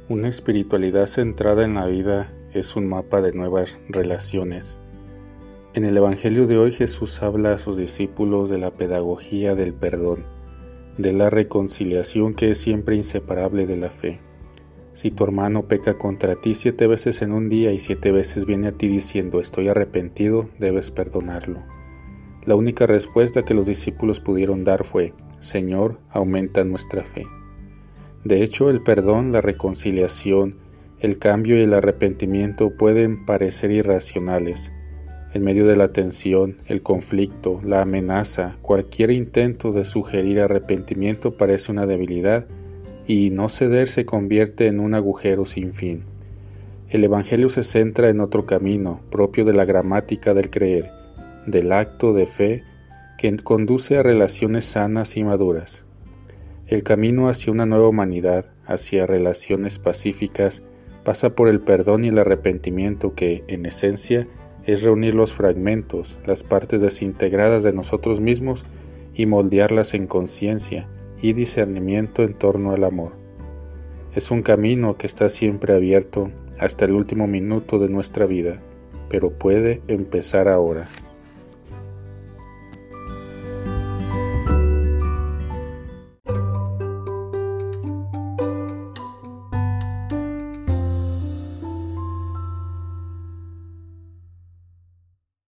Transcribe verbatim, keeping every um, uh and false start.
Una espiritualidad centrada en la vida es un mapa de nuevas relaciones. En el Evangelio de hoy Jesús habla a sus discípulos de la pedagogía del perdón, de la reconciliación que es siempre inseparable de la fe. Si tu hermano peca contra ti siete veces en un día y siete veces viene a ti diciendo estoy arrepentido, debes perdonarlo. La única respuesta que los discípulos pudieron dar fue, Señor, aumenta nuestra fe. De hecho, el perdón, la reconciliación, el cambio y el arrepentimiento pueden parecer irracionales. En medio de la tensión, el conflicto, la amenaza, cualquier intento de sugerir arrepentimiento parece una debilidad y no ceder se convierte en un agujero sin fin. El Evangelio se centra en otro camino, propio de la gramática del creer, del acto de fe que conduce a relaciones sanas y maduras. El camino hacia una nueva humanidad, hacia relaciones pacíficas, pasa por el perdón y el arrepentimiento que, en esencia, es reunir los fragmentos, las partes desintegradas de nosotros mismos y moldearlas en conciencia y discernimiento en torno al amor. Es un camino que está siempre abierto hasta el último minuto de nuestra vida, pero puede empezar ahora.